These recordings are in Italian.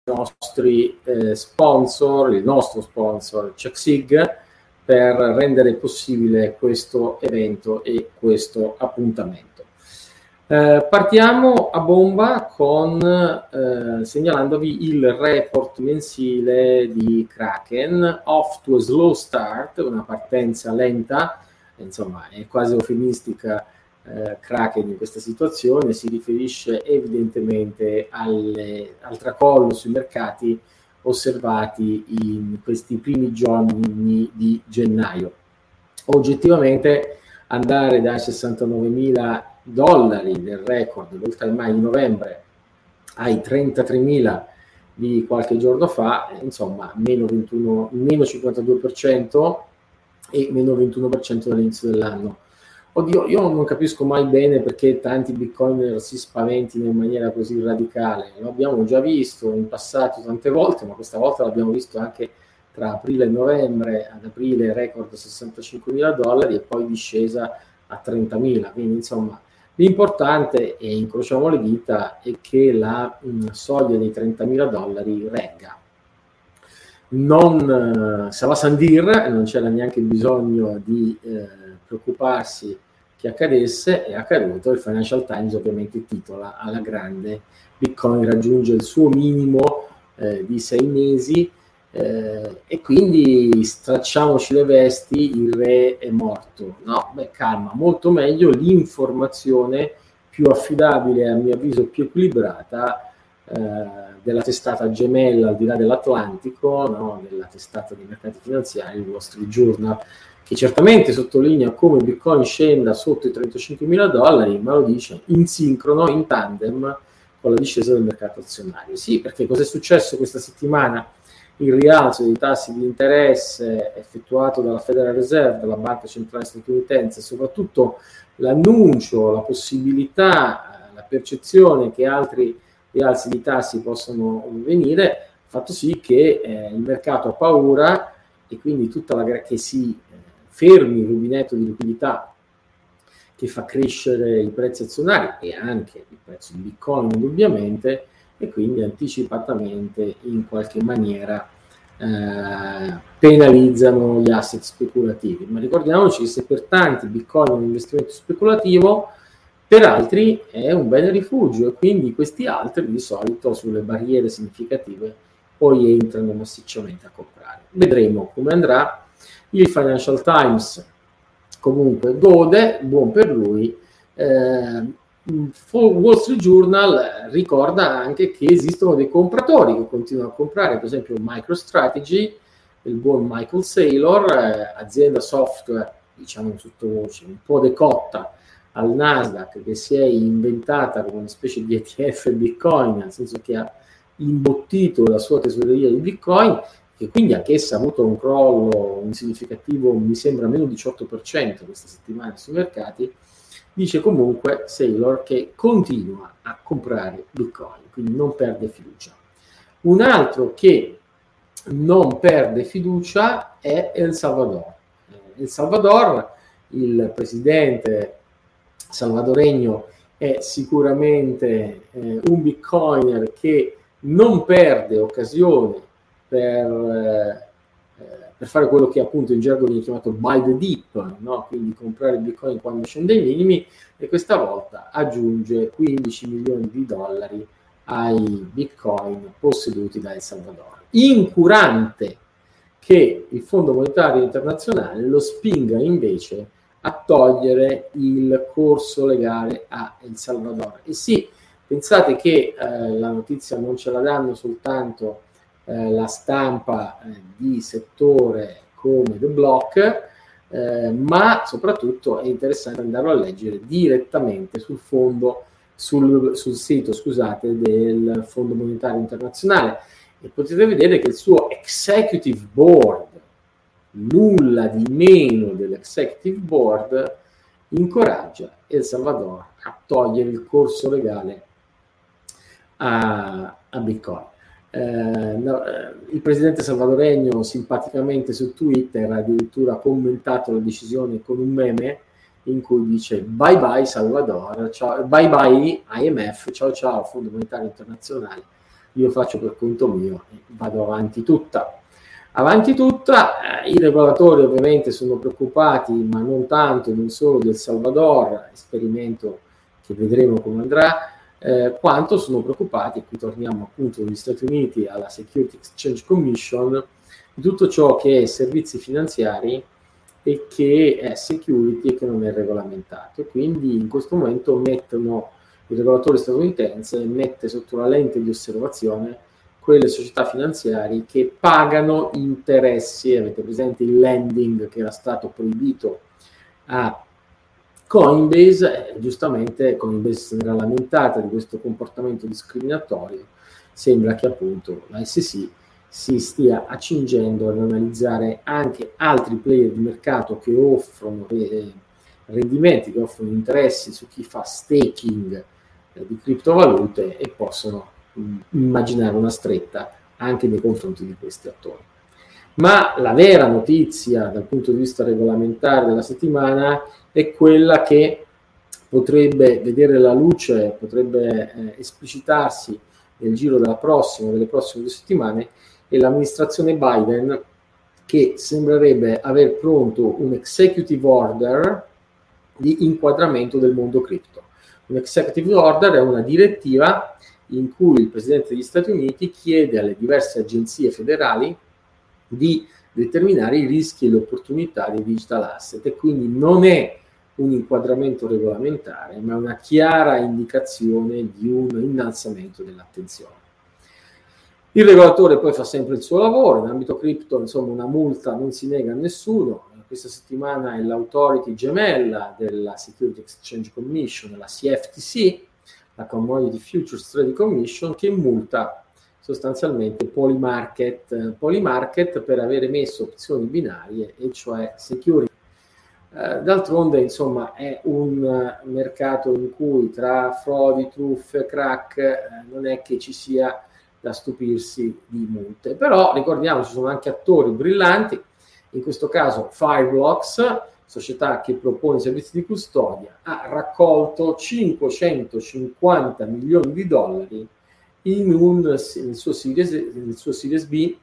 nostri sponsor, il nostro sponsor CheckSig, per rendere possibile questo evento e questo appuntamento. Partiamo a bomba con segnalandovi il report mensile di Kraken, off to a slow start, una partenza lenta, insomma è quasi eufemistica. Kraken in questa situazione si riferisce evidentemente al tracollo sui mercati osservati in questi primi giorni di gennaio. Oggettivamente andare dai $69.000 del record dell'all-time high di novembre ai 33.000 di qualche giorno fa, insomma meno 52% e meno 21% dall'inizio dell'anno. Oddio, io non capisco mai bene perché tanti bitcoiner si spaventino in maniera così radicale. Lo abbiamo già visto in passato tante volte, ma questa volta l'abbiamo visto anche tra aprile e novembre. Ad aprile record $65.000 e poi discesa a 30.000. Quindi insomma l'importante, e incrociamo le dita, è che la soglia dei $30.000 regga. Non Sava Sandir, non c'era neanche bisogno di preoccuparsi che accadesse, è accaduto. Il Financial Times ovviamente titola alla grande: Bitcoin raggiunge il suo minimo di 6 mesi e quindi stracciamoci le vesti, il re è morto. No, beh, calma, molto meglio l'informazione più affidabile, a mio avviso più equilibrata, della testata gemella al di là dell'Atlantico, no? Della testata dei mercati finanziari, il Wall Street Journal, che certamente sottolinea come Bitcoin scenda sotto i $35.000, ma lo dice in sincrono, in tandem con la discesa del mercato azionario. Sì, perché cosa è successo questa settimana? Il rialzo dei tassi di interesse effettuato dalla Federal Reserve, dalla Banca Centrale Statunitense, e soprattutto l'annuncio, la possibilità, la percezione che altri rialzi di tassi possono venire, ha fatto sì che il mercato ha paura, e quindi che si fermi il rubinetto di liquidità che fa crescere i prezzi azionari e anche il prezzo di Bitcoin indubbiamente, e quindi anticipatamente in qualche maniera penalizzano gli asset speculativi. Ma ricordiamoci che se per tanti Bitcoin è un investimento speculativo, per altri è un bene rifugio, e quindi questi altri di solito sulle barriere significative poi entrano massicciamente a comprare. Vedremo come andrà. Il Financial Times comunque gode, buon per lui. Wall Street Journal ricorda anche che esistono dei compratori che continuano a comprare, per esempio MicroStrategy, il buon Michael Saylor, azienda software, diciamo sottovoce, un po' decotta al Nasdaq, che si è inventata come una specie di ETF Bitcoin, nel senso che ha imbottito la sua tesoreria di Bitcoin, che quindi anch'essa ha avuto un crollo significativo, mi sembra meno 18% questa settimana sui mercati. Dice comunque Saylor che continua a comprare Bitcoin, quindi non perde fiducia. Un altro che non perde fiducia è El Salvador. El Salvador, il presidente salvadoregno, è sicuramente un bitcoiner che non perde occasione per fare quello che appunto in gergo viene chiamato buy the dip, no? Quindi comprare Bitcoin quando scende ai minimi, e questa volta aggiunge $15 milioni ai Bitcoin posseduti da El Salvador, incurante che il Fondo Monetario Internazionale lo spinga invece a togliere il corso legale a El Salvador. E sì, pensate che la notizia non ce la danno soltanto la stampa di settore come The Block, ma soprattutto è interessante andarlo a leggere direttamente sul sito, scusate, del Fondo Monetario Internazionale, e potete vedere che il suo Executive Board, nulla di meno dell'Executive Board, incoraggia El Salvador a togliere il corso legale a Bitcoin. Il presidente salvadoregno simpaticamente su Twitter ha addirittura commentato la decisione con un meme in cui dice bye bye Salvador, ciao, bye bye IMF, ciao ciao Fondo Monetario Internazionale, io faccio per conto mio e vado avanti tutta. I regolatori ovviamente sono preoccupati, ma non tanto e non solo del Salvador, esperimento che vedremo come andrà, quanto sono preoccupati, e qui torniamo appunto negli Stati Uniti alla Security Exchange Commission, di tutto ciò che è servizi finanziari e che è security e che non è regolamentato. E quindi in questo momento il regolatore statunitense mette sotto la lente di osservazione quelle società finanziarie che pagano interessi. Avete presente il lending che era stato proibito a Coinbase? Giustamente Coinbase si era lamentata di questo comportamento discriminatorio. Sembra che appunto la SEC si stia accingendo ad analizzare anche altri player di mercato che offrono rendimenti, che offrono interessi su chi fa staking di criptovalute, e possono immaginare una stretta anche nei confronti di questi attori. Ma la vera notizia dal punto di vista regolamentare della settimana è quella che potrebbe vedere la luce, potrebbe esplicitarsi nel giro delle prossime 2 settimane, è l'amministrazione Biden, che sembrerebbe aver pronto un executive order di inquadramento del mondo cripto. Un executive order è una direttiva in cui il Presidente degli Stati Uniti chiede alle diverse agenzie federali di determinare i rischi e le opportunità dei digital asset, e quindi non è un inquadramento regolamentare, ma una chiara indicazione di un innalzamento dell'attenzione. Il regolatore poi fa sempre il suo lavoro, in ambito cripto, insomma, una multa non si nega a nessuno. Questa settimana è l'autority gemella della Security Exchange Commission, la CFTC, la Commodity Futures Trading Commission, che multa sostanzialmente Polymarket per aver emesso opzioni binarie, e cioè security. D'altronde, insomma, è un mercato in cui tra frodi, truffe, crack, non è che ci sia da stupirsi di multe. Però ricordiamoci, ci sono anche attori brillanti, in questo caso Fireblocks, società che propone servizi di custodia, ha raccolto $550 milioni nel suo Series E,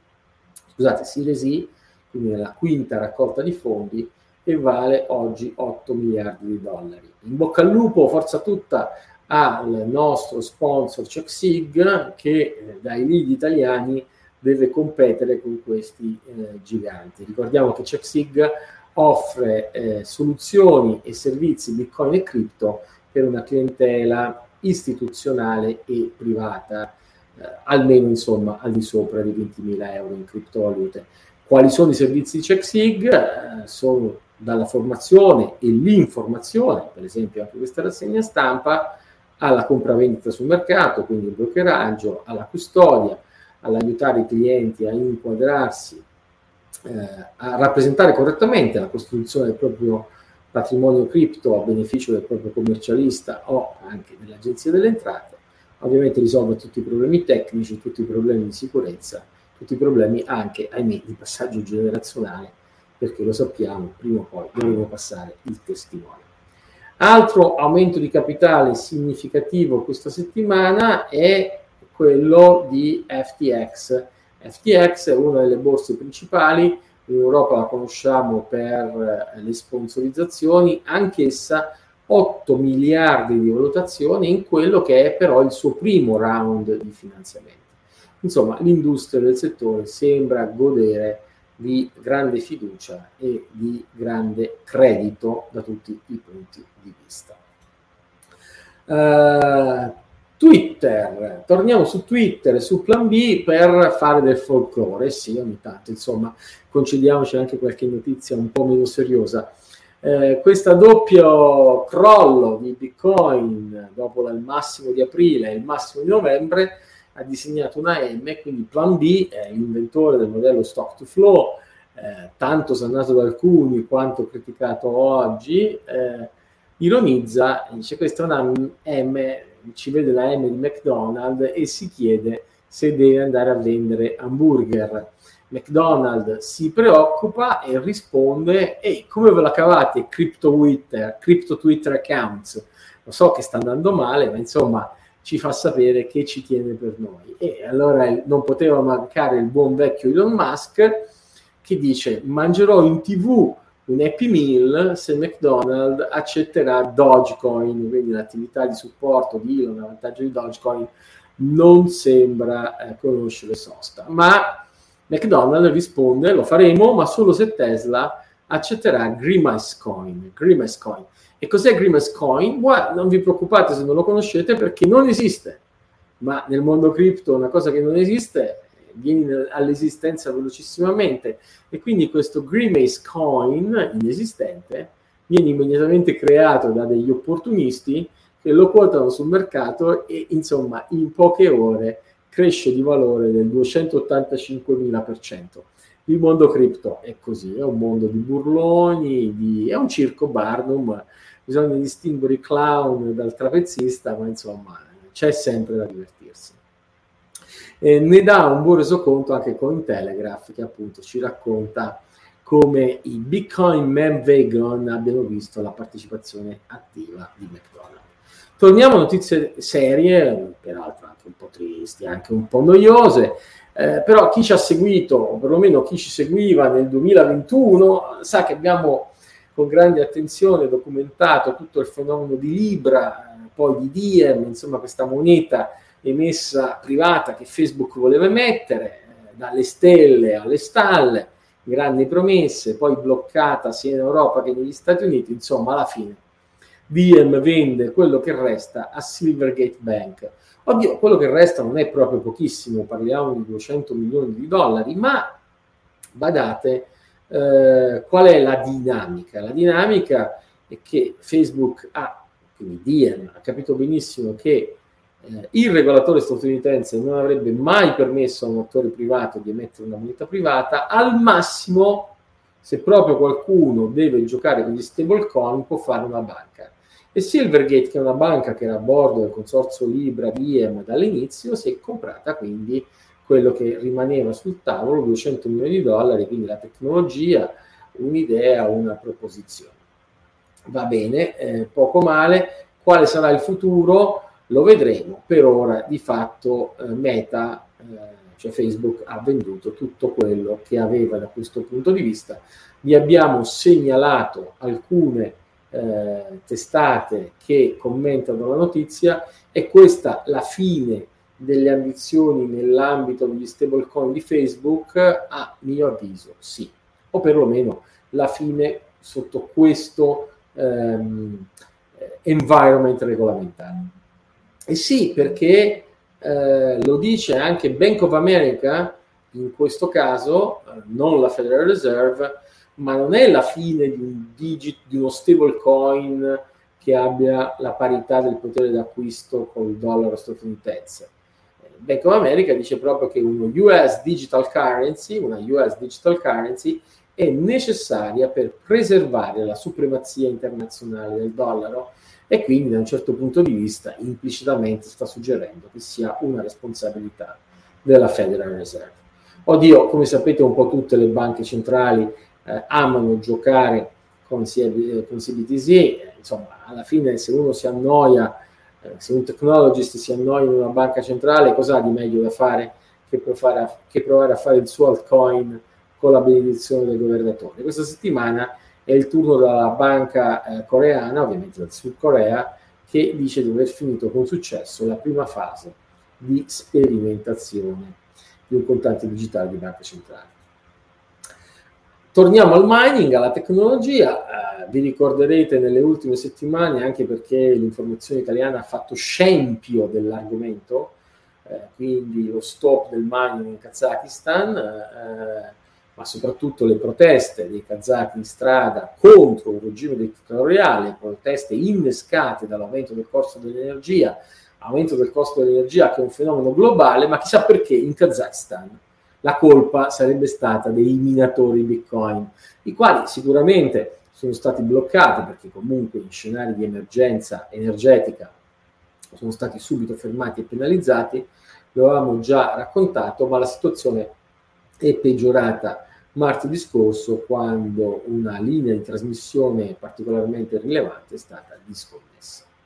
quindi nella quinta raccolta di fondi, e vale oggi $8 miliardi. In bocca al lupo, forza tutta al nostro sponsor CheckSig, che dai lead italiani deve competere con questi giganti. Ricordiamo che CheckSig offre soluzioni e servizi Bitcoin e cripto per una clientela istituzionale e privata, almeno insomma al di sopra di 20.000 euro in criptovalute. Quali sono i servizi di CheckSig? Sono dalla formazione e l'informazione, per esempio anche questa rassegna stampa, alla compravendita sul mercato, quindi il brokeraggio, alla custodia, all'aiutare i clienti a inquadrarsi, a rappresentare correttamente la costituzione del proprio patrimonio cripto a beneficio del proprio commercialista o anche dell'agenzia delle entrate. Ovviamente risolve tutti i problemi tecnici, tutti i problemi di sicurezza, tutti i problemi anche, ahimè, di passaggio generazionale, perché lo sappiamo, prima o poi dovremo passare il testimone. Altro aumento di capitale significativo questa settimana è quello di FTX. FTX è una delle borse principali, in Europa la conosciamo per le sponsorizzazioni, anch'essa 8 miliardi di valutazione in quello che è però il suo primo round di finanziamento. Insomma, l'industria del settore sembra godere di grande fiducia e di grande credito da tutti i punti di vista. Twitter, torniamo su Twitter e su Plan B per fare del folklore. Sì, ogni tanto, insomma, concediamoci anche qualche notizia un po' meno seriosa. Questo doppio crollo di Bitcoin dopo il massimo di aprile e il massimo di novembre ha disegnato una M, quindi Plan B, l'inventore del modello Stock to Flow, tanto sannato da alcuni quanto criticato oggi, ironizza, dice questa è una M, ci vede la M di McDonald's e si chiede se deve andare a vendere hamburger. McDonald's si preoccupa e risponde: ehi, come ve la cavate crypto Twitter accounts? Lo so che sta andando male, ma insomma ci fa sapere che ci tiene per noi. E allora non poteva mancare il buon vecchio Elon Musk, che dice: mangerò in TV un Happy Meal se McDonald's accetterà Dogecoin. Quindi l'attività di supporto di Elon a vantaggio di Dogecoin non sembra conoscere sosta. Ma McDonald's risponde: lo faremo, ma solo se Tesla accetterà Grimace Coin. Grimace Coin. E cos'è Grimace Coin? Well, non vi preoccupate se non lo conoscete, perché non esiste. Ma nel mondo cripto una cosa che non esiste viene all'esistenza velocissimamente, e quindi questo Grimace Coin inesistente viene immediatamente creato da degli opportunisti che lo quotano sul mercato e insomma in poche ore cresce di valore del 285.000%. Il mondo cripto è così, è un mondo di burloni, è un circo Barnum, bisogna distinguere il clown dal trapezzista, ma insomma c'è sempre da divertirsi. Ne dà un buon resoconto anche Cointelegraph, che appunto ci racconta come i Bitcoin Man Vegan abbiano visto la partecipazione attiva di McDonald's. Torniamo a notizie serie, peraltro anche un po' tristi, anche un po' noiose, però chi ci ha seguito, o perlomeno chi ci seguiva nel 2021, sa che abbiamo con grande attenzione documentato tutto il fenomeno di Libra, poi di Diem, insomma questa moneta emessa privata che Facebook voleva emettere, dalle stelle alle stalle, grandi promesse, poi bloccata sia in Europa che negli Stati Uniti. Insomma, alla fine Diem vende quello che resta a Silvergate Bank. Oddio, quello che resta non è proprio pochissimo, parliamo di 200 milioni di dollari, ma badate, qual è la dinamica? La dinamica è che Facebook quindi Diem ha capito benissimo che il regolatore statunitense non avrebbe mai permesso a un attore privato di emettere una moneta privata. Al massimo, se proprio qualcuno deve giocare con gli stablecoin, può fare una banca. E Silvergate, che è una banca che era a bordo del consorzio Libra Diem dall'inizio, si è comprata quindi quello che rimaneva sul tavolo, 200 milioni di dollari, quindi la tecnologia, un'idea, una proposizione. Va bene, poco male. Quale sarà il futuro? Lo vedremo. Per ora, di fatto, Meta, cioè Facebook, ha venduto tutto quello che aveva da questo punto di vista. Vi abbiamo segnalato alcune testate che commentano la notizia. È questa la fine delle ambizioni nell'ambito degli stablecoin di Facebook? A mio avviso sì, o perlomeno la fine sotto questo environment regolamentare. E sì, perché lo dice anche Bank of America in questo caso, non la Federal Reserve, ma non è la fine di uno stablecoin che abbia la parità del potere d'acquisto col dollaro statunitense. Bank of America dice proprio che una US digital currency è necessaria per preservare la supremazia internazionale del dollaro, e quindi da un certo punto di vista implicitamente sta suggerendo che sia una responsabilità della Federal Reserve. Oddio, come sapete un po' tutte le banche centrali amano giocare con CBDC, insomma alla fine se uno si annoia, se un technologist si annoia in una banca centrale, cosa ha di meglio da fare che provare a fare il suo altcoin con la benedizione del governatore. Questa settimana è il turno della banca coreana, ovviamente del Sud Corea, che dice di aver finito con successo la prima fase di sperimentazione di un contante digitale di banca centrale. Torniamo al mining, alla tecnologia. Vi ricorderete nelle ultime settimane, anche perché l'informazione italiana ha fatto scempio dell'argomento, quindi lo stop del mining in Kazakistan, ma soprattutto le proteste dei kazaki in strada contro un regime dittatoriale, proteste innescate dall'aumento del costo dell'energia, che è un fenomeno globale, ma chissà perché in Kazakistan la colpa sarebbe stata dei minatori Bitcoin, i quali sicuramente sono stati bloccati perché comunque in scenari di emergenza energetica sono stati subito fermati e penalizzati. Lo avevamo già raccontato, ma la situazione è peggiorata martedì scorso, quando una linea di trasmissione particolarmente rilevante è stata disconnessa.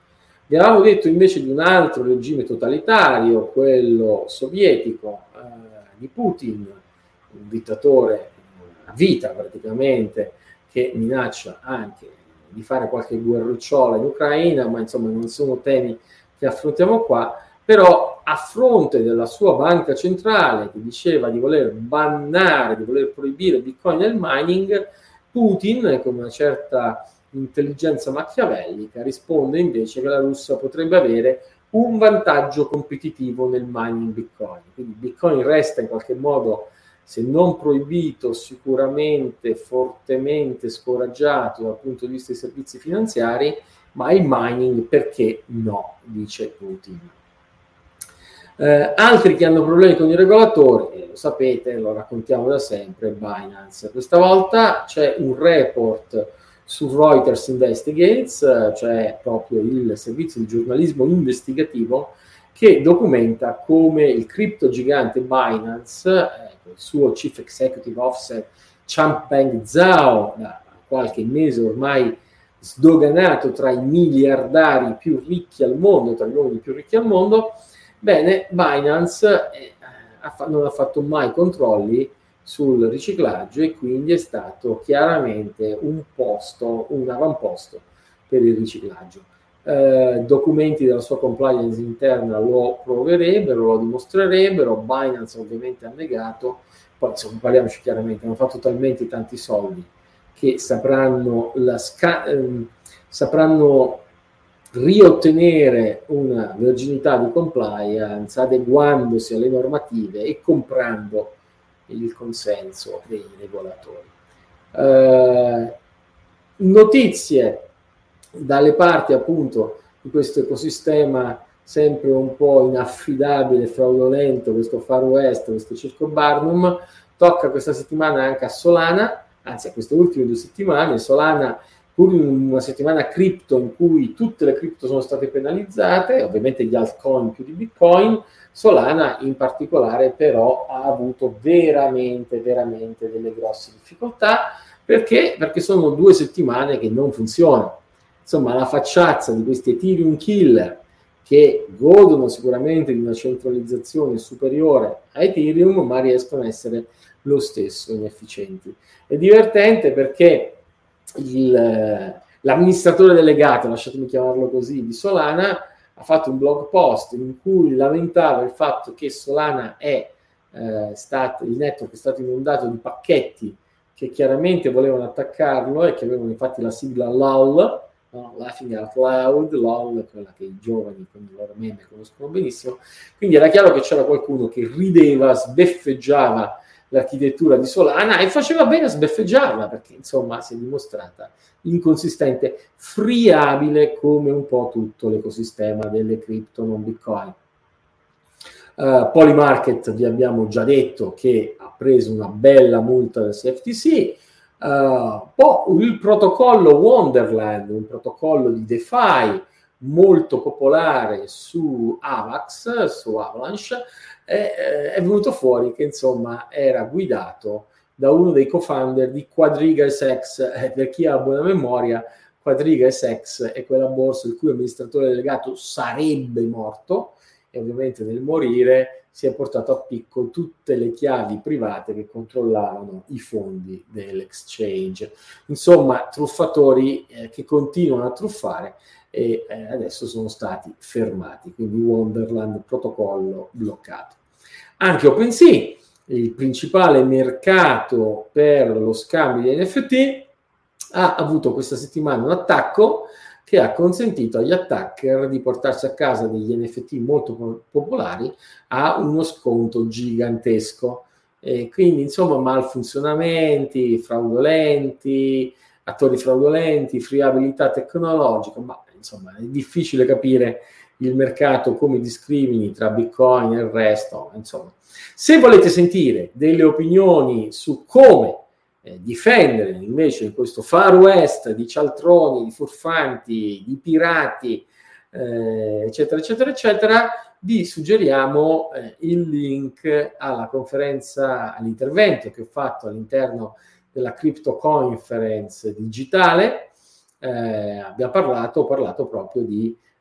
Vi avevamo detto invece di un altro regime totalitario, quello sovietico, di Putin, un dittatore a vita praticamente, che minaccia anche di fare qualche guerrucciola in Ucraina, ma insomma non sono temi che affrontiamo qua. Però a fronte della sua banca centrale che diceva di voler bannare, di voler proibire Bitcoin nel mining, Putin, con una certa intelligenza machiavellica, risponde invece che la Russia potrebbe avere un vantaggio competitivo nel mining Bitcoin. Quindi Bitcoin resta in qualche modo, se non proibito, sicuramente fortemente scoraggiato dal punto di vista dei servizi finanziari, ma il mining perché no, dice Putin. Altri che hanno problemi con i regolatori, lo sapete, lo raccontiamo da sempre, Binance. Questa volta c'è un report su Reuters Investigates, cioè proprio il servizio di giornalismo investigativo, che documenta come il cripto gigante Binance, il suo Chief Executive Officer Changpeng Zhao, da qualche mese ormai sdoganato tra i miliardari più ricchi al mondo, tra gli uomini più ricchi al mondo. Bene, Binance non ha fatto mai controlli sul riciclaggio e quindi è stato chiaramente un avamposto per il riciclaggio. Documenti della sua compliance interna lo proverebbero, lo dimostrerebbero. Binance ovviamente ha negato. Poi insomma, parliamoci chiaramente, hanno fatto talmente tanti soldi che sapranno riottenere una verginità di compliance adeguandosi alle normative e comprando il consenso dei regolatori. Notizie dalle parti appunto di questo ecosistema sempre un po' inaffidabile, fraudolento, questo Far West, questo Circo Barnum. Tocca questa settimana anche a Solana, anzi a queste ultime 2 settimane. Solana, pur in una settimana cripto in cui tutte le cripto sono state penalizzate, ovviamente gli altcoin più di Bitcoin, Solana in particolare però ha avuto veramente delle grosse difficoltà. Perché? Perché sono 2 settimane che non funzionano. Insomma, la facciazza di questi Ethereum killer, che godono sicuramente di una centralizzazione superiore a Ethereum, ma riescono a essere lo stesso inefficienti. È divertente perché l'amministratore delegato, lasciatemi chiamarlo così, di Solana, ha fatto un blog post in cui lamentava il fatto che Solana il network è stato inondato di pacchetti che chiaramente volevano attaccarlo e che avevano infatti la sigla LOL, no? Laughing Out Loud, LOL, quella che i giovani con i loro meme conoscono benissimo. Quindi era chiaro che c'era qualcuno che rideva, sbeffeggiava l'architettura di Solana e faceva bene a sbeffeggiarla perché insomma si è dimostrata inconsistente, friabile come un po' tutto l'ecosistema delle cripto non Bitcoin. Polymarket vi abbiamo già detto che ha preso una bella multa del CFTC. Poi il protocollo Wonderland, un protocollo di DeFi molto popolare su Avax, su Avalanche, è venuto fuori che insomma era guidato da uno dei co-founder di Quadriga SX. Per chi ha buona memoria, Quadriga SX è quella borsa il cui amministratore delegato sarebbe morto e ovviamente nel morire si è portato a picco tutte le chiavi private che controllavano i fondi dell'exchange. Insomma, truffatori che continuano a truffare e adesso sono stati fermati, quindi Wonderland protocollo bloccato. Anche OpenSea, il principale mercato per lo scambio di NFT, ha avuto questa settimana un attacco che ha consentito agli attacker di portarsi a casa degli NFT molto popolari a uno sconto gigantesco. E quindi, insomma, malfunzionamenti, fraudolenti, attori fraudolenti, friabilità tecnologica, ma insomma è difficile capire il mercato come discrimini tra Bitcoin e il resto. Insomma, se volete sentire delle opinioni su come difendere invece questo Far West di cialtroni, di furfanti, di pirati, eccetera, eccetera, eccetera, vi suggeriamo il link alla conferenza, all'intervento che ho fatto all'interno della Crypto Conference digitale. Ho parlato proprio di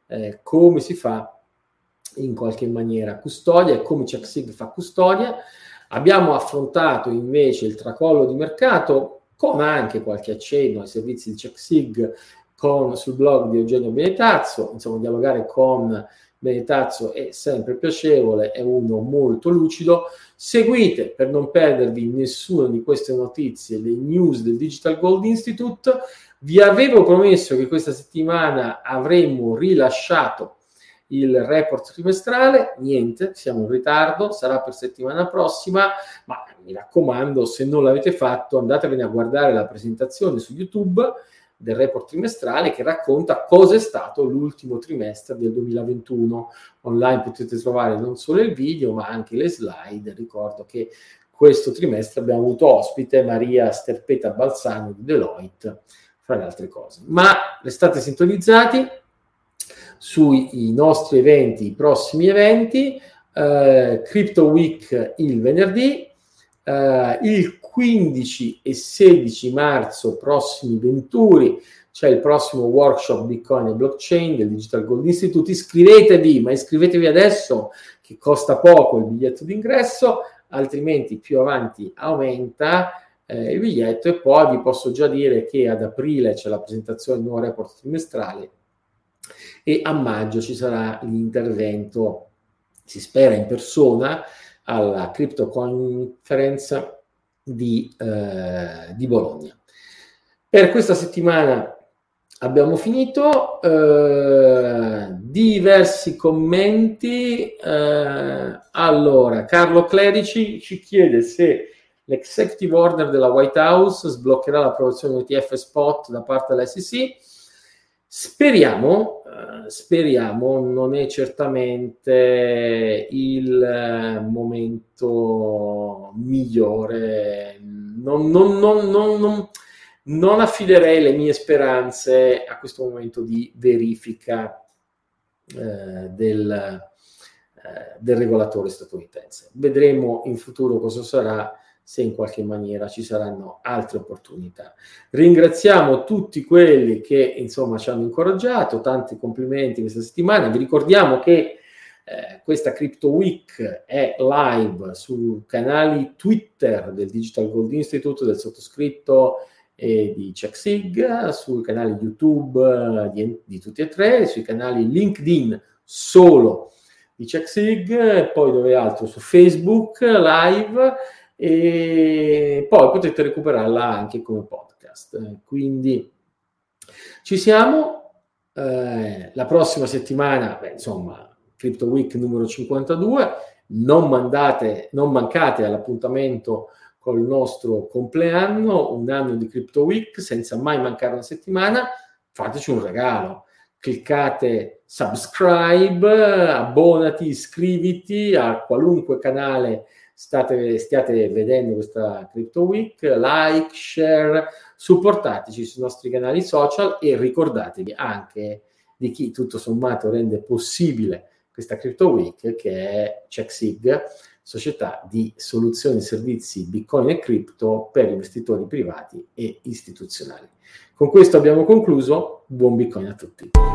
come si fa in qualche maniera custodia e come CheckSig fa custodia. Abbiamo affrontato invece il tracollo di mercato con anche qualche accenno ai servizi di CheckSig sul blog di Eugenio Benetazzo. Insomma, dialogare con Benetazzo è sempre piacevole, è uno molto lucido. Seguite, per non perdervi nessuna di queste notizie, le news del Digital Gold Institute. Vi avevo promesso che questa settimana avremmo rilasciato il report trimestrale, niente, siamo in ritardo, sarà per settimana prossima, ma mi raccomando, se non l'avete fatto, andatevene a guardare la presentazione su YouTube del report trimestrale che racconta cosa è stato l'ultimo trimestre del 2021. Online potete trovare non solo il video, ma anche le slide. Ricordo che questo trimestre abbiamo avuto ospite Maria Sterpeta Balzano di Deloitte, fra le altre cose. Ma restate sintonizzati sui nostri eventi, i prossimi eventi, Crypto Week il venerdì, il 15 e 16 marzo prossimi venturi c'è il prossimo workshop Bitcoin e Blockchain del Digital Gold Institute. Iscrivetevi, ma iscrivetevi adesso che costa poco il biglietto d'ingresso, altrimenti più avanti aumenta il biglietto. E poi vi posso già dire che ad aprile c'è la presentazione del nuovo report trimestrale e a maggio ci sarà l'intervento, si spera in persona, alla Crypto Conference di Bologna. Per questa settimana abbiamo finito. Diversi commenti. Allora, Carlo Clerici ci chiede se l'executive order della White House sbloccherà l'approvazione ETF spot da parte della SEC. Speriamo, non è certamente il momento migliore. Non affiderei le mie speranze a questo momento di verifica del regolatore statunitense. Vedremo in futuro cosa sarà, se in qualche maniera ci saranno altre opportunità. Ringraziamo tutti quelli che insomma ci hanno incoraggiato, tanti complimenti questa settimana. Vi ricordiamo che questa Crypto Week è live sui canali Twitter del Digital Gold Institute, del sottoscritto e di CheckSig, sui canali YouTube di tutti e tre, sui canali LinkedIn solo di CheckSig, poi dove altro su Facebook live, e poi potete recuperarla anche come podcast. Quindi ci siamo. La prossima settimana, Crypto Week numero 52. Non mancate all'appuntamento col nostro compleanno, un anno di Crypto Week senza mai mancare una settimana. Fateci un regalo, cliccate subscribe, abbonati, iscriviti a qualunque canale stiate vedendo questa Crypto Week, like, share, supportateci sui nostri canali social e ricordatevi anche di chi tutto sommato rende possibile questa Crypto Week, che è CheckSig, società di soluzioni e servizi Bitcoin e cripto per investitori privati e istituzionali. Con questo abbiamo concluso. Buon Bitcoin a tutti.